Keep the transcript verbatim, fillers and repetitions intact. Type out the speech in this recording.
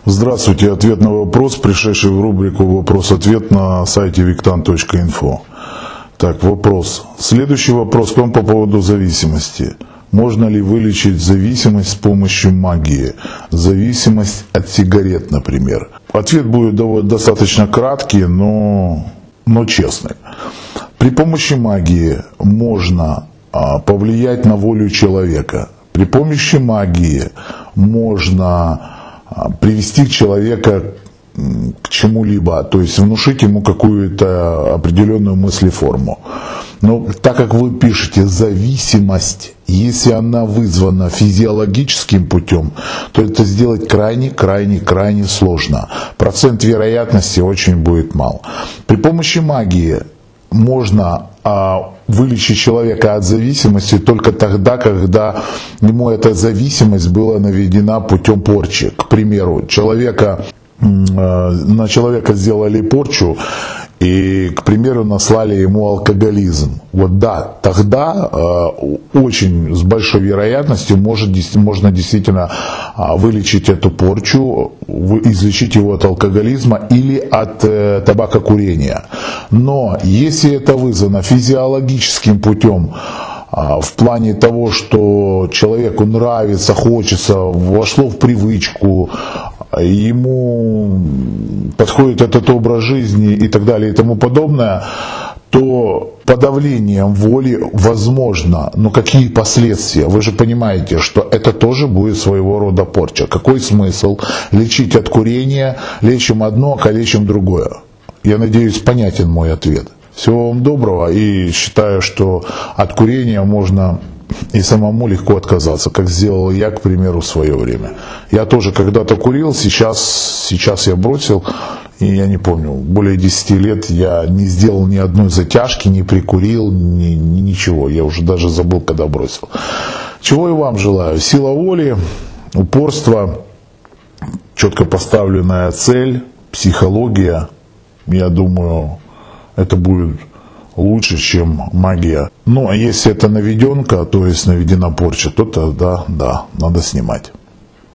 Здравствуйте. Ответ на вопрос, пришедший в рубрику «Вопрос-ответ» на сайте виктан точка инфо. Так, вопрос. Следующий вопрос к вам по поводу зависимости. Можно ли вылечить зависимость с помощью магии? Зависимость от сигарет, например. Ответ будет достаточно краткий, но, но честный. При помощи магии можно а, повлиять на волю человека. При помощи магии можно а, привести человека к чему-либо, то есть внушить ему какую-то определенную мыслеформу. Но так как вы пишете зависимость, если она вызвана физиологическим путем, то это сделать крайне-крайне-крайне сложно. Процент вероятности очень будет мал. При помощи магии можно а, вылечить человека от зависимости только тогда, когда ему эта зависимость была наведена путем порчи. К примеру, человека, на человека сделали порчу и, к примеру, наслали ему алкоголизм. Вот да, тогда э, очень с большой вероятностью может, можно действительно э, вылечить эту порчу, излечить его от алкоголизма или от э, табакокурения. Но если это вызвано физиологическим путем, в плане того, что человеку нравится, хочется, вошло в привычку, ему подходит этот образ жизни и так далее и тому подобное, то подавлением воли возможно. Но какие последствия? Вы же понимаете, что это тоже будет своего рода порча. Какой смысл лечить от курения? Лечим одно, калечим другое. Я надеюсь, понятен мой ответ. Всего вам доброго, и считаю, что от курения можно и самому легко отказаться, как сделал я, к примеру, в свое время. Я тоже когда-то курил, сейчас, сейчас я бросил, и я не помню, более десяти лет я не сделал ни одной затяжки, не прикурил, ни, ни, ничего, я уже даже забыл, когда бросил. Чего и вам желаю. Сила воли, упорство, четко поставленная цель, психология, я думаю, это будет лучше, чем магия. Ну, а если это наведенка, то есть наведена порча, то тогда, да, надо снимать.